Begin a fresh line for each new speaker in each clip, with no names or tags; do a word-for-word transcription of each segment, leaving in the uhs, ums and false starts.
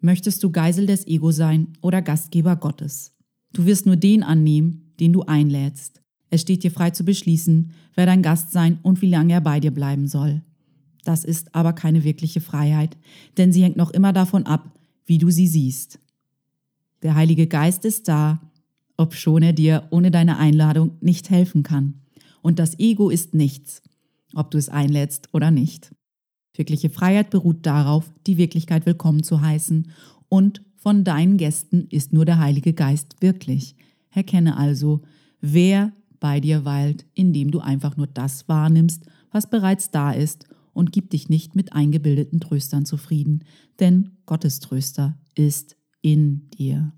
Möchtest du Geisel des Ego sein oder Gastgeber Gottes? Du wirst nur den annehmen, den du einlädst. Es steht dir frei zu beschließen, wer dein Gast sein und wie lange er bei dir bleiben soll. Das ist aber keine wirkliche Freiheit, denn sie hängt noch immer davon ab, wie du sie siehst. Der Heilige Geist ist da, obschon er dir ohne deine Einladung nicht helfen kann. Und das Ego ist nichts, ob du es einlädst oder nicht. Wirkliche Freiheit beruht darauf, die Wirklichkeit willkommen zu heißen, und von deinen Gästen ist nur der Heilige Geist wirklich. Erkenne also, wer bei dir weilt, indem du einfach nur das wahrnimmst, was bereits da ist, und gib dich nicht mit eingebildeten Tröstern zufrieden, denn Gottes Tröster ist in dir.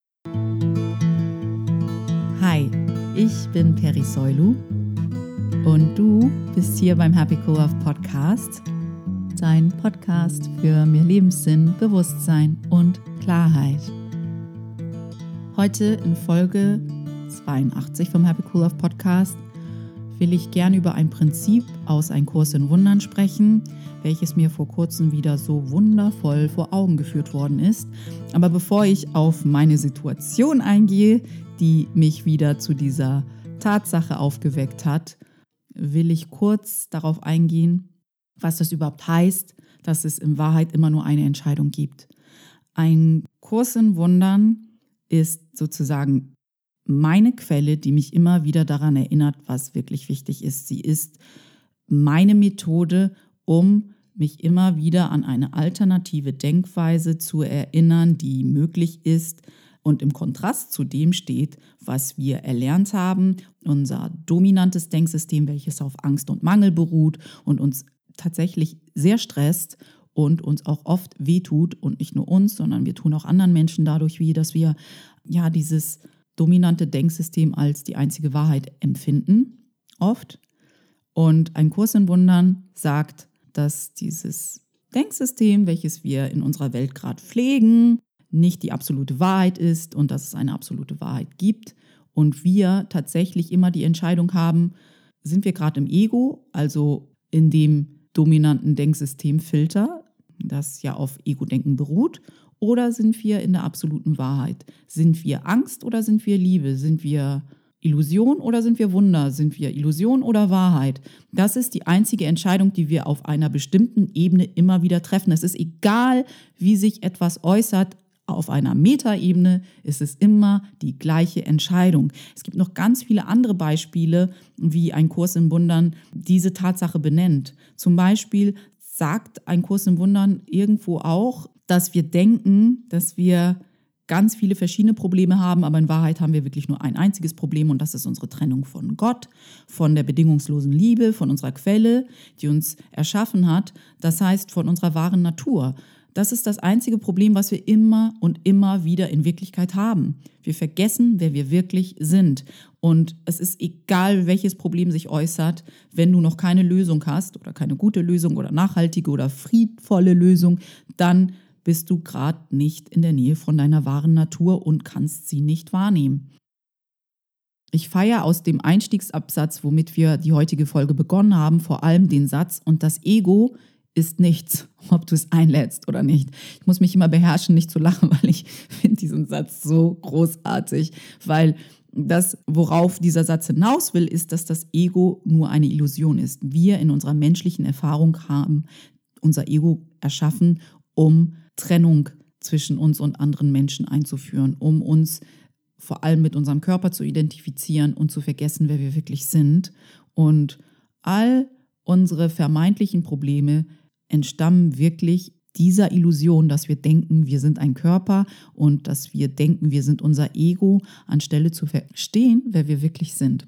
Hi, ich bin Peri Soilu und du bist hier beim Happy Co-Love Podcast, dein Podcast für mehr Lebenssinn, Bewusstsein und Klarheit. Heute in Folge zweiundachtzig vom Happy Co-Love Podcast will ich gerne über ein Prinzip aus Ein Kurs in Wundern sprechen, welches mir vor kurzem wieder so wundervoll vor Augen geführt worden ist. Aber bevor ich auf meine Situation eingehe, die mich wieder zu dieser Tatsache aufgeweckt hat, will ich kurz darauf eingehen, was das überhaupt heißt, dass es in Wahrheit immer nur eine Entscheidung gibt. Ein Kurs in Wundern ist sozusagen meine Quelle, die mich immer wieder daran erinnert, was wirklich wichtig ist. Sie ist meine Methode, um mich immer wieder an eine alternative Denkweise zu erinnern, die möglich ist und im Kontrast zu dem steht, was wir erlernt haben, unser dominantes Denksystem, welches auf Angst und Mangel beruht und uns tatsächlich sehr stresst und uns auch oft wehtut, und nicht nur uns, sondern wir tun auch anderen Menschen dadurch weh, dass wir ja dieses dominante Denksystem als die einzige Wahrheit empfinden, oft. Und ein Kurs in Wundern sagt, dass dieses Denksystem, welches wir in unserer Welt gerade pflegen, nicht die absolute Wahrheit ist und dass es eine absolute Wahrheit gibt. Und wir tatsächlich immer die Entscheidung haben, sind wir gerade im Ego, also in dem dominanten Denksystemfilter, das ja auf Ego-Denken beruht, oder sind wir in der absoluten Wahrheit? Sind wir Angst oder sind wir Liebe? Sind wir Illusion oder sind wir Wunder? Sind wir Illusion oder Wahrheit? Das ist die einzige Entscheidung, die wir auf einer bestimmten Ebene immer wieder treffen. Es ist egal, wie sich etwas äußert. Auf einer Metaebene ist es immer die gleiche Entscheidung. Es gibt noch ganz viele andere Beispiele, wie ein Kurs in Wundern diese Tatsache benennt. Zum Beispiel sagt ein Kurs in Wundern irgendwo auch, dass wir denken, dass wir ganz viele verschiedene Probleme haben, aber in Wahrheit haben wir wirklich nur ein einziges Problem, und das ist unsere Trennung von Gott, von der bedingungslosen Liebe, von unserer Quelle, die uns erschaffen hat, das heißt von unserer wahren Natur. Das ist das einzige Problem, was wir immer und immer wieder in Wirklichkeit haben. Wir vergessen, wer wir wirklich sind. Und es ist egal, welches Problem sich äußert, wenn du noch keine Lösung hast oder keine gute Lösung oder nachhaltige oder friedvolle Lösung, dann bist du gerade nicht in der Nähe von deiner wahren Natur und kannst sie nicht wahrnehmen. Ich feiere aus dem Einstiegsabsatz, womit wir die heutige Folge begonnen haben, vor allem den Satz: Und das Ego ist nichts, ob du es einlädst oder nicht. Ich muss mich immer beherrschen, nicht zu lachen, weil ich finde diesen Satz so großartig, weil das, worauf dieser Satz hinaus will, ist, dass das Ego nur eine Illusion ist. Wir in unserer menschlichen Erfahrung haben unser Ego erschaffen, um Trennung zwischen uns und anderen Menschen einzuführen, um uns vor allem mit unserem Körper zu identifizieren und zu vergessen, wer wir wirklich sind. Und all unsere vermeintlichen Probleme entstammen wirklich dieser Illusion, dass wir denken, wir sind ein Körper und dass wir denken, wir sind unser Ego, anstelle zu verstehen, wer wir wirklich sind.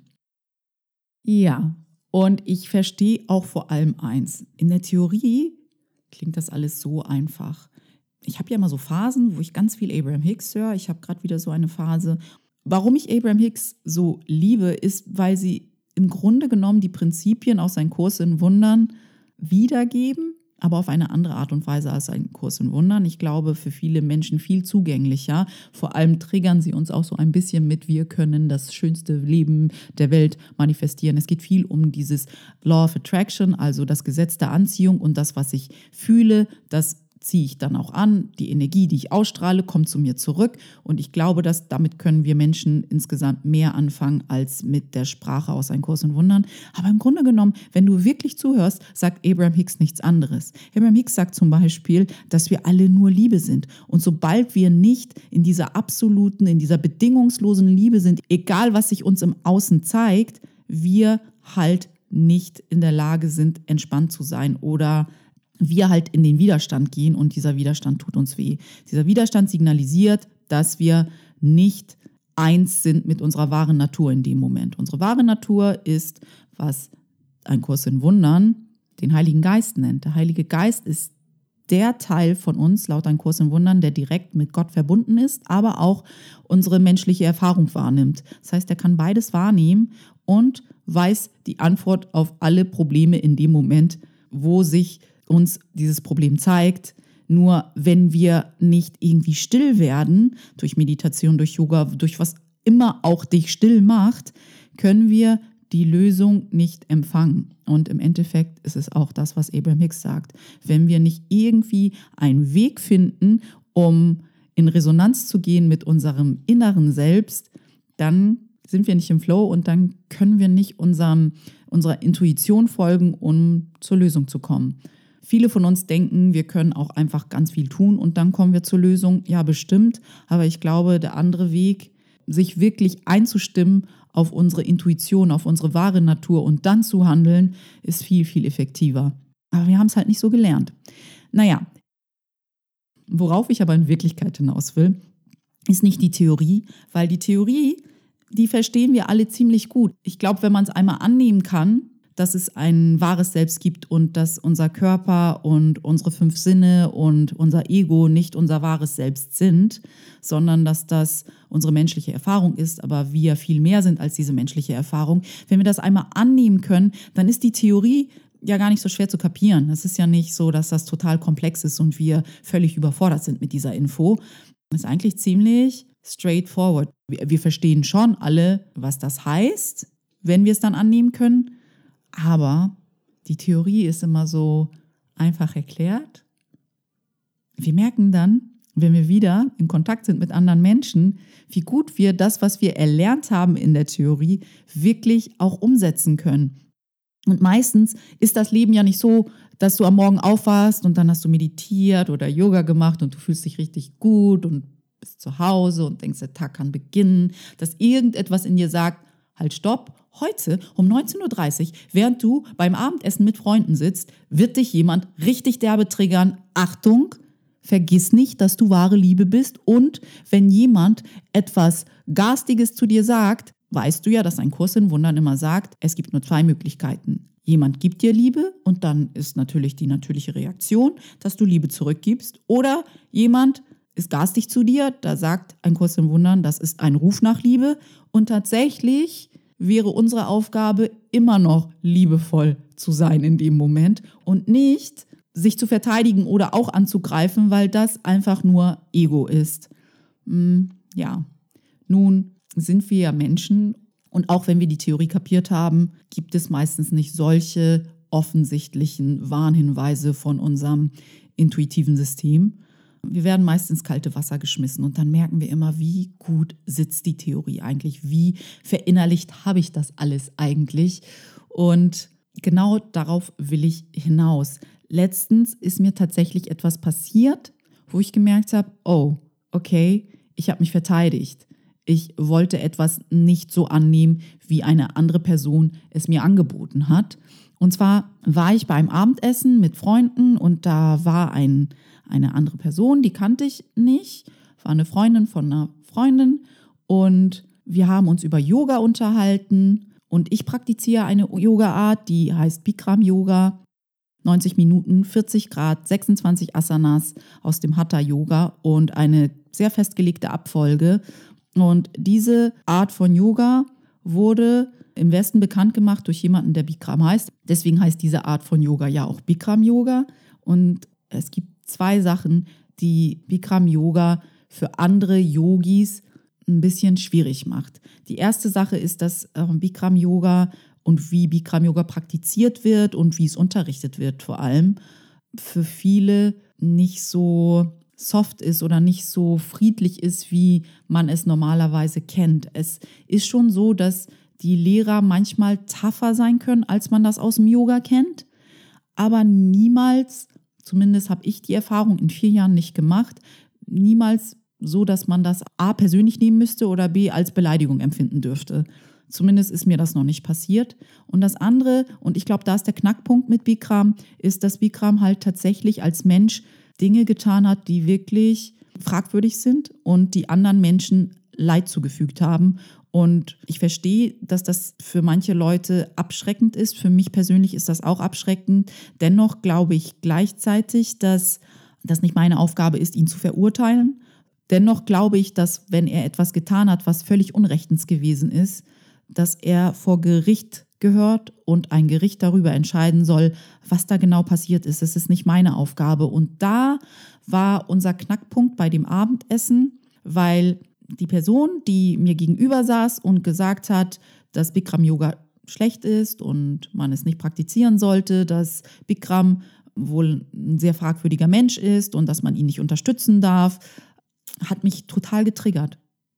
Ja, und ich verstehe auch vor allem eins. In der Theorie klingt das alles so einfach. Ich habe ja immer so Phasen, wo ich ganz viel Abraham Hicks höre. Ich habe gerade wieder so eine Phase. Warum ich Abraham Hicks so liebe, ist, weil sie im Grunde genommen die Prinzipien aus Ein Kurs in Wundern wiedergeben, aber auf eine andere Art und Weise als Ein Kurs in Wundern. Ich glaube, für viele Menschen viel zugänglicher. Vor allem triggern sie uns auch so ein bisschen mit, wir können das schönste Leben der Welt manifestieren. Es geht viel um dieses Law of Attraction, also das Gesetz der Anziehung, und das, was ich fühle, das ziehe ich dann auch an. Die Energie, die ich ausstrahle, kommt zu mir zurück. Und ich glaube, dass damit können wir Menschen insgesamt mehr anfangen als mit der Sprache aus Ein Kurs in Wundern. Aber im Grunde genommen, wenn du wirklich zuhörst, sagt Abraham Hicks nichts anderes. Abraham Hicks sagt zum Beispiel, dass wir alle nur Liebe sind. Und sobald wir nicht in dieser absoluten, in dieser bedingungslosen Liebe sind, egal was sich uns im Außen zeigt, wir halt nicht in der Lage sind, entspannt zu sein oder wir halt in den Widerstand gehen und dieser Widerstand tut uns weh. Dieser Widerstand signalisiert, dass wir nicht eins sind mit unserer wahren Natur in dem Moment. Unsere wahre Natur ist, was Ein Kurs in Wundern den Heiligen Geist nennt. Der Heilige Geist ist der Teil von uns, laut Ein Kurs in Wundern, der direkt mit Gott verbunden ist, aber auch unsere menschliche Erfahrung wahrnimmt. Das heißt, er kann beides wahrnehmen und weiß die Antwort auf alle Probleme in dem Moment, wo sich uns dieses Problem zeigt. Nur wenn wir nicht irgendwie still werden, durch Meditation, durch Yoga, durch was immer auch dich still macht, können wir die Lösung nicht empfangen. Und im Endeffekt ist es auch das, was Abraham Hicks sagt. Wenn wir nicht irgendwie einen Weg finden, um in Resonanz zu gehen mit unserem inneren Selbst, dann sind wir nicht im Flow und dann können wir nicht unserem, unserer Intuition folgen, um zur Lösung zu kommen. Viele von uns denken, wir können auch einfach ganz viel tun und dann kommen wir zur Lösung. Ja, bestimmt. Aber ich glaube, der andere Weg, sich wirklich einzustimmen auf unsere Intuition, auf unsere wahre Natur und dann zu handeln, ist viel, viel effektiver. Aber wir haben es halt nicht so gelernt. Naja, worauf ich aber in Wirklichkeit hinaus will, ist nicht die Theorie, weil die Theorie, die verstehen wir alle ziemlich gut. Ich glaube, wenn man es einmal annehmen kann, dass es ein wahres Selbst gibt und dass unser Körper und unsere fünf Sinne und unser Ego nicht unser wahres Selbst sind, sondern dass das unsere menschliche Erfahrung ist, aber wir viel mehr sind als diese menschliche Erfahrung. Wenn wir das einmal annehmen können, dann ist die Theorie ja gar nicht so schwer zu kapieren. Es ist ja nicht so, dass das total komplex ist und wir völlig überfordert sind mit dieser Info. Das ist eigentlich ziemlich straightforward. Wir, wir verstehen schon alle, was das heißt, wenn wir es dann annehmen können. Aber die Theorie ist immer so einfach erklärt. Wir merken dann, wenn wir wieder in Kontakt sind mit anderen Menschen, wie gut wir das, was wir erlernt haben in der Theorie, wirklich auch umsetzen können. Und meistens ist das Leben ja nicht so, dass du am Morgen aufwachst und dann hast du meditiert oder Yoga gemacht und du fühlst dich richtig gut und bist zu Hause und denkst, der Tag kann beginnen, dass irgendetwas in dir sagt, halt stopp, heute um neunzehn Uhr dreißig, während du beim Abendessen mit Freunden sitzt, wird dich jemand richtig derbe triggern. Achtung, vergiss nicht, dass du wahre Liebe bist und wenn jemand etwas Garstiges zu dir sagt, weißt du ja, dass Ein Kurs in Wundern immer sagt, es gibt nur zwei Möglichkeiten. Jemand gibt dir Liebe und dann ist natürlich die natürliche Reaktion, dass du Liebe zurückgibst oder jemand ist garstig zu dir, da sagt Ein Kurs in Wundern, das ist ein Ruf nach Liebe und tatsächlich wäre unsere Aufgabe immer noch liebevoll zu sein in dem Moment und nicht sich zu verteidigen oder auch anzugreifen, weil das einfach nur Ego ist. Hm, ja, nun sind wir ja Menschen und auch wenn wir die Theorie kapiert haben, gibt es meistens nicht solche offensichtlichen Warnhinweise von unserem intuitiven System. Wir werden meist ins kalte Wasser geschmissen und dann merken wir immer, wie gut sitzt die Theorie eigentlich, wie verinnerlicht habe ich das alles eigentlich und genau darauf will ich hinaus. Letztens ist mir tatsächlich etwas passiert, wo ich gemerkt habe, oh, okay, ich habe mich verteidigt. Ich wollte etwas nicht so annehmen, wie eine andere Person es mir angeboten hat. Und zwar war ich beim Abendessen mit Freunden und da war ein, eine andere Person, die kannte ich nicht, war eine Freundin von einer Freundin und wir haben uns über Yoga unterhalten und ich praktiziere eine Yoga-Art, die heißt Bikram-Yoga, neunzig Minuten, vierzig Grad, sechsundzwanzig Asanas aus dem Hatha-Yoga und eine sehr festgelegte Abfolge. Und diese Art von Yoga wurde im Westen bekannt gemacht durch jemanden, der Bikram heißt. Deswegen heißt diese Art von Yoga ja auch Bikram-Yoga. Und es gibt zwei Sachen, die Bikram-Yoga für andere Yogis ein bisschen schwierig macht. Die erste Sache ist, dass äh, Bikram-Yoga und wie Bikram-Yoga praktiziert wird und wie es unterrichtet wird vor allem, für viele nicht so soft ist oder nicht so friedlich ist, wie man es normalerweise kennt. Es ist schon so, dass die Lehrer manchmal tougher sein können, als man das aus dem Yoga kennt, aber niemals, zumindest habe ich die Erfahrung in vier Jahren nicht gemacht, niemals so, dass man das A persönlich nehmen müsste oder B als Beleidigung empfinden dürfte. Zumindest ist mir das noch nicht passiert. Und das andere, und ich glaube, da ist der Knackpunkt mit Bikram, ist, dass Bikram halt tatsächlich als Mensch Dinge getan hat, die wirklich fragwürdig sind und die anderen Menschen Leid zugefügt haben. Und ich verstehe, dass das für manche Leute abschreckend ist. Für mich persönlich ist das auch abschreckend. Dennoch glaube ich gleichzeitig, dass das nicht meine Aufgabe ist, ihn zu verurteilen. Dennoch glaube ich, dass wenn er etwas getan hat, was völlig unrechtens gewesen ist, dass er vor Gericht gehört und ein Gericht darüber entscheiden soll, was da genau passiert ist. Das ist nicht meine Aufgabe. Und da war unser Knackpunkt bei dem Abendessen, weil die Person, die mir gegenüber saß und gesagt hat, dass Bikram Yoga schlecht ist und man es nicht praktizieren sollte, dass Bikram wohl ein sehr fragwürdiger Mensch ist und dass man ihn nicht unterstützen darf, hat mich total getriggert.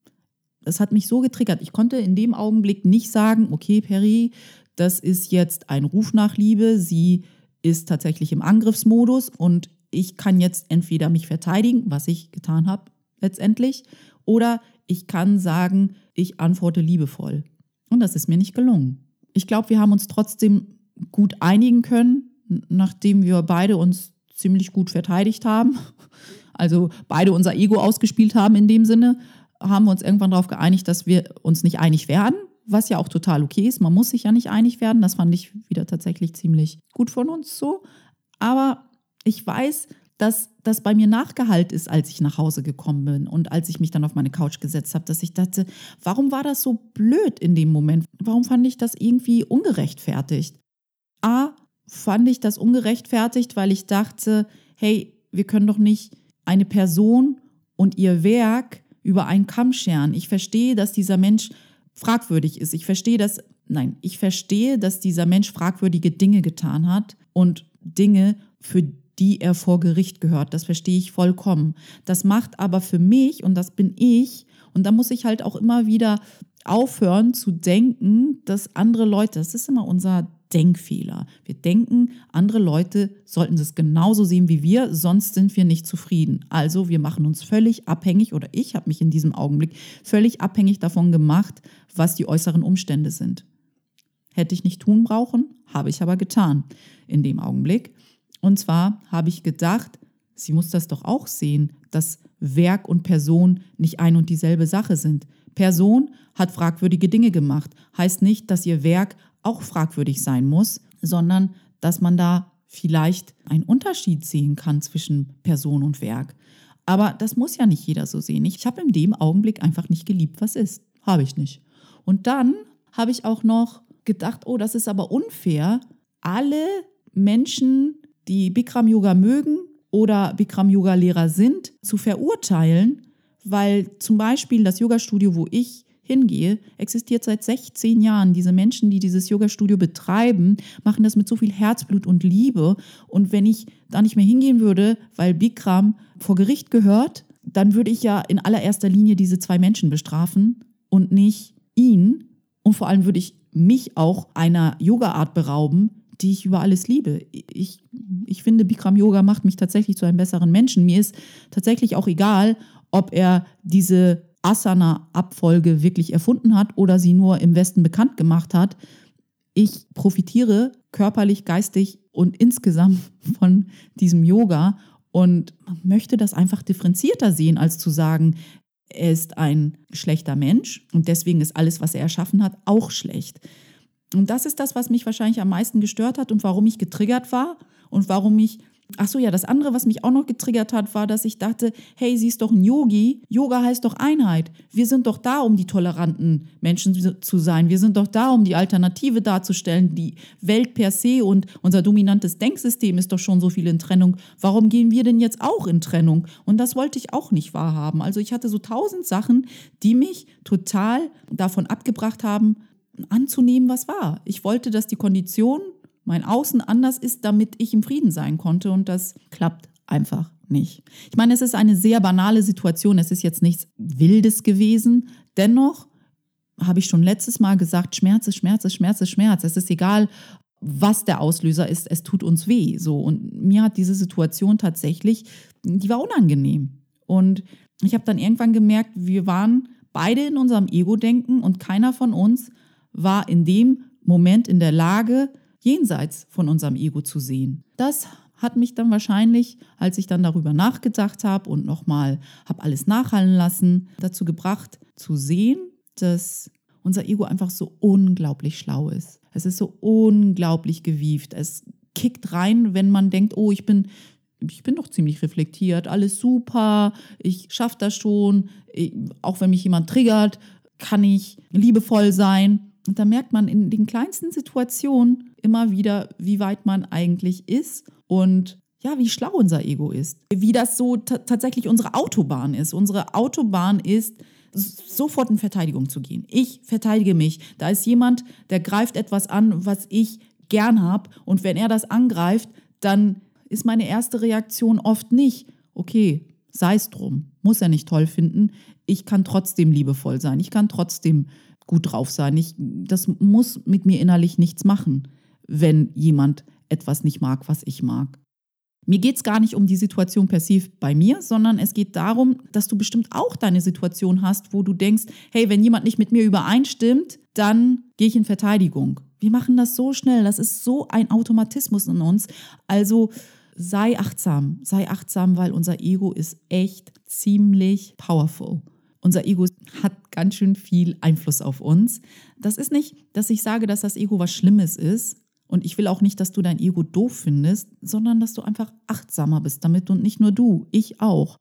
Das hat mich so getriggert. Ich konnte in dem Augenblick nicht sagen, okay, Peri, das ist jetzt ein Ruf nach Liebe. Sie ist tatsächlich im Angriffsmodus und ich kann jetzt entweder mich verteidigen, was ich getan habe letztendlich, oder ich kann sagen, ich antworte liebevoll. Und das ist mir nicht gelungen. Ich glaube, wir haben uns trotzdem gut einigen können, nachdem wir beide uns ziemlich gut verteidigt haben. Also beide unser Ego ausgespielt haben in dem Sinne, haben wir uns irgendwann darauf geeinigt, dass wir uns nicht einig werden, was ja auch total okay ist. Man muss sich ja nicht einig werden. Das fand ich wieder tatsächlich ziemlich gut von uns so. Aber ich weiß, dass das bei mir nachgehallt ist, als ich nach Hause gekommen bin und als ich mich dann auf meine Couch gesetzt habe, dass ich dachte, warum war das so blöd in dem Moment? Warum fand ich das irgendwie ungerechtfertigt? A, fand ich das ungerechtfertigt, weil ich dachte, hey, wir können doch nicht eine Person und ihr Werk über einen Kamm scheren. Ich verstehe, dass dieser Mensch fragwürdig ist. Ich verstehe, dass, nein, ich verstehe, dass dieser Mensch fragwürdige Dinge getan hat und Dinge, für die er vor Gericht gehört. Das verstehe ich vollkommen. Das macht aber für mich, und das bin ich, und da muss ich halt auch immer wieder aufhören zu denken, dass andere Leute, das ist immer unser Denkfehler. Wir denken, andere Leute sollten es genauso sehen wie wir, sonst sind wir nicht zufrieden. Also wir machen uns völlig abhängig, oder ich habe mich in diesem Augenblick völlig abhängig davon gemacht, was die äußeren Umstände sind. Hätte ich nicht tun brauchen, habe ich aber getan in dem Augenblick. Und zwar habe ich gedacht, sie muss das doch auch sehen, dass Werk und Person nicht ein und dieselbe Sache sind. Person hat fragwürdige Dinge gemacht. Heißt nicht, dass ihr Werk auch fragwürdig sein muss, sondern dass man da vielleicht einen Unterschied sehen kann zwischen Person und Werk. Aber das muss ja nicht jeder so sehen. Ich habe in dem Augenblick einfach nicht geliebt, was ist. Habe ich nicht. Und dann habe ich auch noch gedacht, oh, das ist aber unfair. Alle Menschen, die Bikram Yoga mögen oder Bikram Yoga Lehrer sind, zu verurteilen, weil zum Beispiel das Yogastudio, wo ich hingehe, existiert seit sechzehn Jahren. Diese Menschen, die dieses Yogastudio betreiben, machen das mit so viel Herzblut und Liebe. Und wenn ich da nicht mehr hingehen würde, weil Bikram vor Gericht gehört, dann würde ich ja in allererster Linie diese zwei Menschen bestrafen und nicht ihn. Und vor allem würde ich mich auch einer Yoga-Art berauben, die ich über alles liebe. Ich, ich finde, Bikram Yoga macht mich tatsächlich zu einem besseren Menschen. Mir ist tatsächlich auch egal, ob er diese Asana-Abfolge wirklich erfunden hat oder sie nur im Westen bekannt gemacht hat. Ich profitiere körperlich, geistig und insgesamt von diesem Yoga und möchte das einfach differenzierter sehen, als zu sagen, er ist ein schlechter Mensch und deswegen ist alles, was er erschaffen hat, auch schlecht. Und das ist das, was mich wahrscheinlich am meisten gestört hat und warum ich getriggert war und warum ich Ach so, ja, das andere, was mich auch noch getriggert hat, war, dass ich dachte, hey, sie ist doch ein Yogi. Yoga heißt doch Einheit. Wir sind doch da, um die toleranten Menschen zu sein. Wir sind doch da, um die Alternative darzustellen. Die Welt per se und unser dominantes Denksystem ist doch schon so viel in Trennung. Warum gehen wir denn jetzt auch in Trennung? Und das wollte ich auch nicht wahrhaben. Also ich hatte so tausend Sachen, die mich total davon abgebracht haben, anzunehmen, was war. Ich wollte, dass die Kondition mein Außen anders ist, damit ich im Frieden sein konnte und das klappt einfach nicht. Ich meine, es ist eine sehr banale Situation, es ist jetzt nichts Wildes gewesen. Dennoch habe ich schon letztes Mal gesagt, Schmerz ist Schmerz ist Schmerz ist Schmerz. Es ist egal, was der Auslöser ist, es tut uns weh. So. Und mir hat diese Situation tatsächlich, die war unangenehm. Und ich habe dann irgendwann gemerkt, wir waren beide in unserem Ego-Denken und keiner von uns war in dem Moment in der Lage, jenseits von unserem Ego zu sehen. Das hat mich dann wahrscheinlich, als ich dann darüber nachgedacht habe und nochmal habe alles nachhallen lassen, dazu gebracht zu sehen, dass unser Ego einfach so unglaublich schlau ist. Es ist so unglaublich gewieft. Es kickt rein, wenn man denkt, oh, ich bin, ich bin doch ziemlich reflektiert, alles super, ich schaffe das schon. Ich, auch wenn mich jemand triggert, kann ich liebevoll sein. Und da merkt man in den kleinsten Situationen immer wieder, wie weit man eigentlich ist und ja, wie schlau unser Ego ist. Wie das so t- tatsächlich unsere Autobahn ist. Unsere Autobahn ist, sofort in Verteidigung zu gehen. Ich verteidige mich. Da ist jemand, der greift etwas an, was ich gern habe. Und wenn er das angreift, dann ist meine erste Reaktion oft nicht, okay, sei es drum, muss er nicht toll finden. Ich kann trotzdem liebevoll sein. Ich kann trotzdem gut drauf sein. Ich, das muss mit mir innerlich nichts machen, wenn jemand etwas nicht mag, was ich mag. Mir geht es gar nicht um die Situation per se bei mir, sondern es geht darum, dass du bestimmt auch deine Situation hast, wo du denkst, hey, wenn jemand nicht mit mir übereinstimmt, dann gehe ich in Verteidigung. Wir machen das so schnell, das ist so ein Automatismus in uns. Also sei achtsam, sei achtsam, weil unser Ego ist echt ziemlich powerful. Unser Ego hat ganz schön viel Einfluss auf uns. Das ist nicht, dass ich sage, dass das Ego was Schlimmes ist. Und ich will auch nicht, dass du dein Ego doof findest, sondern dass du einfach achtsamer bist damit und nicht nur du, ich auch.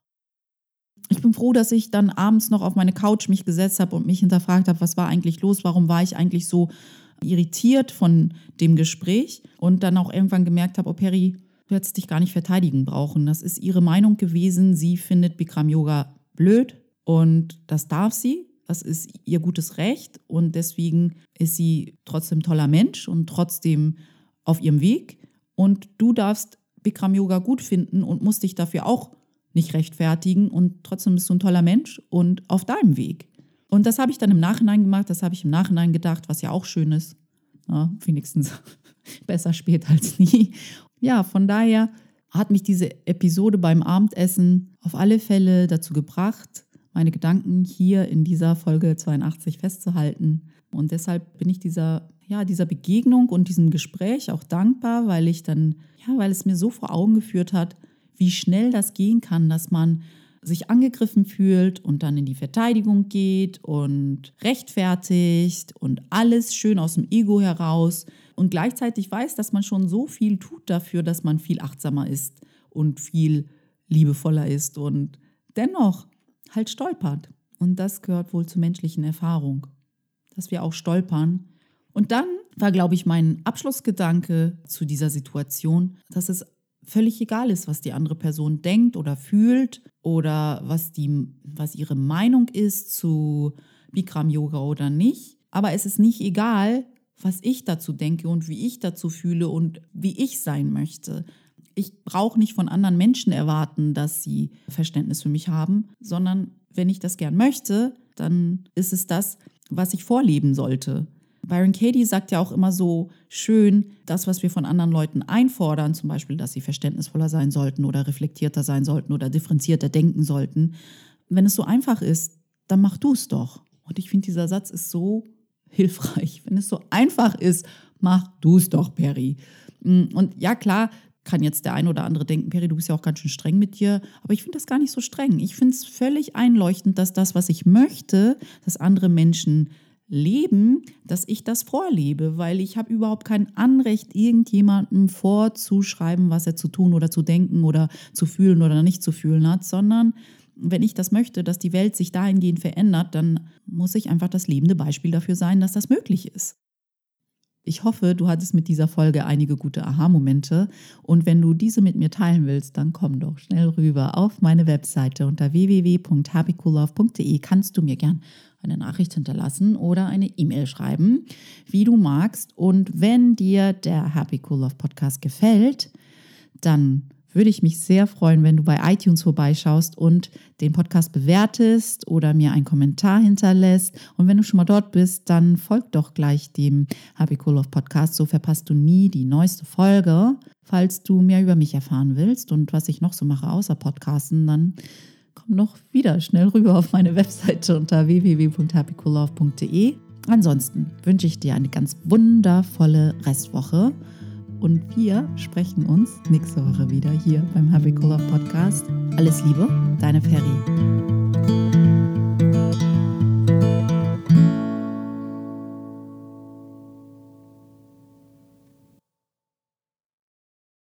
Ich bin froh, dass ich dann abends noch auf meine Couch mich gesetzt habe und mich hinterfragt habe, was war eigentlich los, warum war ich eigentlich so irritiert von dem Gespräch und dann auch irgendwann gemerkt habe, oh Peri, du hättest dich gar nicht verteidigen brauchen. Das ist ihre Meinung gewesen, sie findet Bikram Yoga blöd und das darf sie. Das ist ihr gutes Recht und deswegen ist sie trotzdem ein toller Mensch und trotzdem auf ihrem Weg. Und du darfst Bikram Yoga gut finden und musst dich dafür auch nicht rechtfertigen und trotzdem bist du ein toller Mensch und auf deinem Weg. Und das habe ich dann im Nachhinein gemacht, das habe ich im Nachhinein gedacht, was ja auch schön ist. Ja, wenigstens besser spät als nie. Ja, von daher hat mich diese Episode beim Abendessen auf alle Fälle dazu gebracht, meine Gedanken hier in dieser Folge zweiundachtzig festzuhalten. Und deshalb bin ich dieser, ja, dieser Begegnung und diesem Gespräch auch dankbar, weil ich dann, ja, weil es mir so vor Augen geführt hat, wie schnell das gehen kann, dass man sich angegriffen fühlt und dann in die Verteidigung geht und rechtfertigt und alles schön aus dem Ego heraus und gleichzeitig weiß, dass man schon so viel tut dafür, dass man viel achtsamer ist und viel liebevoller ist und dennoch halt stolpert. Und das gehört wohl zur menschlichen Erfahrung, dass wir auch stolpern. Und dann war, glaube ich, mein Abschlussgedanke zu dieser Situation, dass es völlig egal ist, was die andere Person denkt oder fühlt oder was, die, was ihre Meinung ist zu Bikram Yoga oder nicht. Aber es ist nicht egal, was ich dazu denke und wie ich dazu fühle und wie ich sein möchte. Ich brauche nicht von anderen Menschen erwarten, dass sie Verständnis für mich haben, sondern wenn ich das gern möchte, dann ist es das, was ich vorleben sollte. Byron Katie sagt ja auch immer so schön, das, was wir von anderen Leuten einfordern, zum Beispiel, dass sie verständnisvoller sein sollten oder reflektierter sein sollten oder differenzierter denken sollten. Wenn es so einfach ist, dann mach du es doch. Und ich finde, dieser Satz ist so hilfreich. Wenn es so einfach ist, mach du es doch, Peri. Und ja, klar, kann jetzt der ein oder andere denken, Peri, du bist ja auch ganz schön streng mit dir. Aber ich finde das gar nicht so streng. Ich finde es völlig einleuchtend, dass das, was ich möchte, dass andere Menschen leben, dass ich das vorlebe. Weil ich habe überhaupt kein Anrecht, irgendjemandem vorzuschreiben, was er zu tun oder zu denken oder zu fühlen oder nicht zu fühlen hat. Sondern wenn ich das möchte, dass die Welt sich dahingehend verändert, dann muss ich einfach das lebende Beispiel dafür sein, dass das möglich ist. Ich hoffe, du hattest mit dieser Folge einige gute Aha-Momente und wenn du diese mit mir teilen willst, dann komm doch schnell rüber auf meine Webseite unter w w w punkt happy cool love punkt d e kannst du mir gern eine Nachricht hinterlassen oder eine E-Mail schreiben, wie du magst. Und wenn dir der Happy Cool Love Podcast gefällt, dann würde ich mich sehr freuen, wenn du bei iTunes vorbeischaust und den Podcast bewertest oder mir einen Kommentar hinterlässt. Und wenn du schon mal dort bist, dann folg doch gleich dem Happy Cool Love Podcast, so verpasst du nie die neueste Folge. Falls du mehr über mich erfahren willst und was ich noch so mache außer Podcasten, dann komm noch wieder schnell rüber auf meine Webseite unter w w w punkt happy cool love punkt d e. Ansonsten wünsche ich dir eine ganz wundervolle Restwoche und wir sprechen uns nächste Woche wieder hier beim Happy Cool Love Podcast. Alles Liebe, deine Ferry.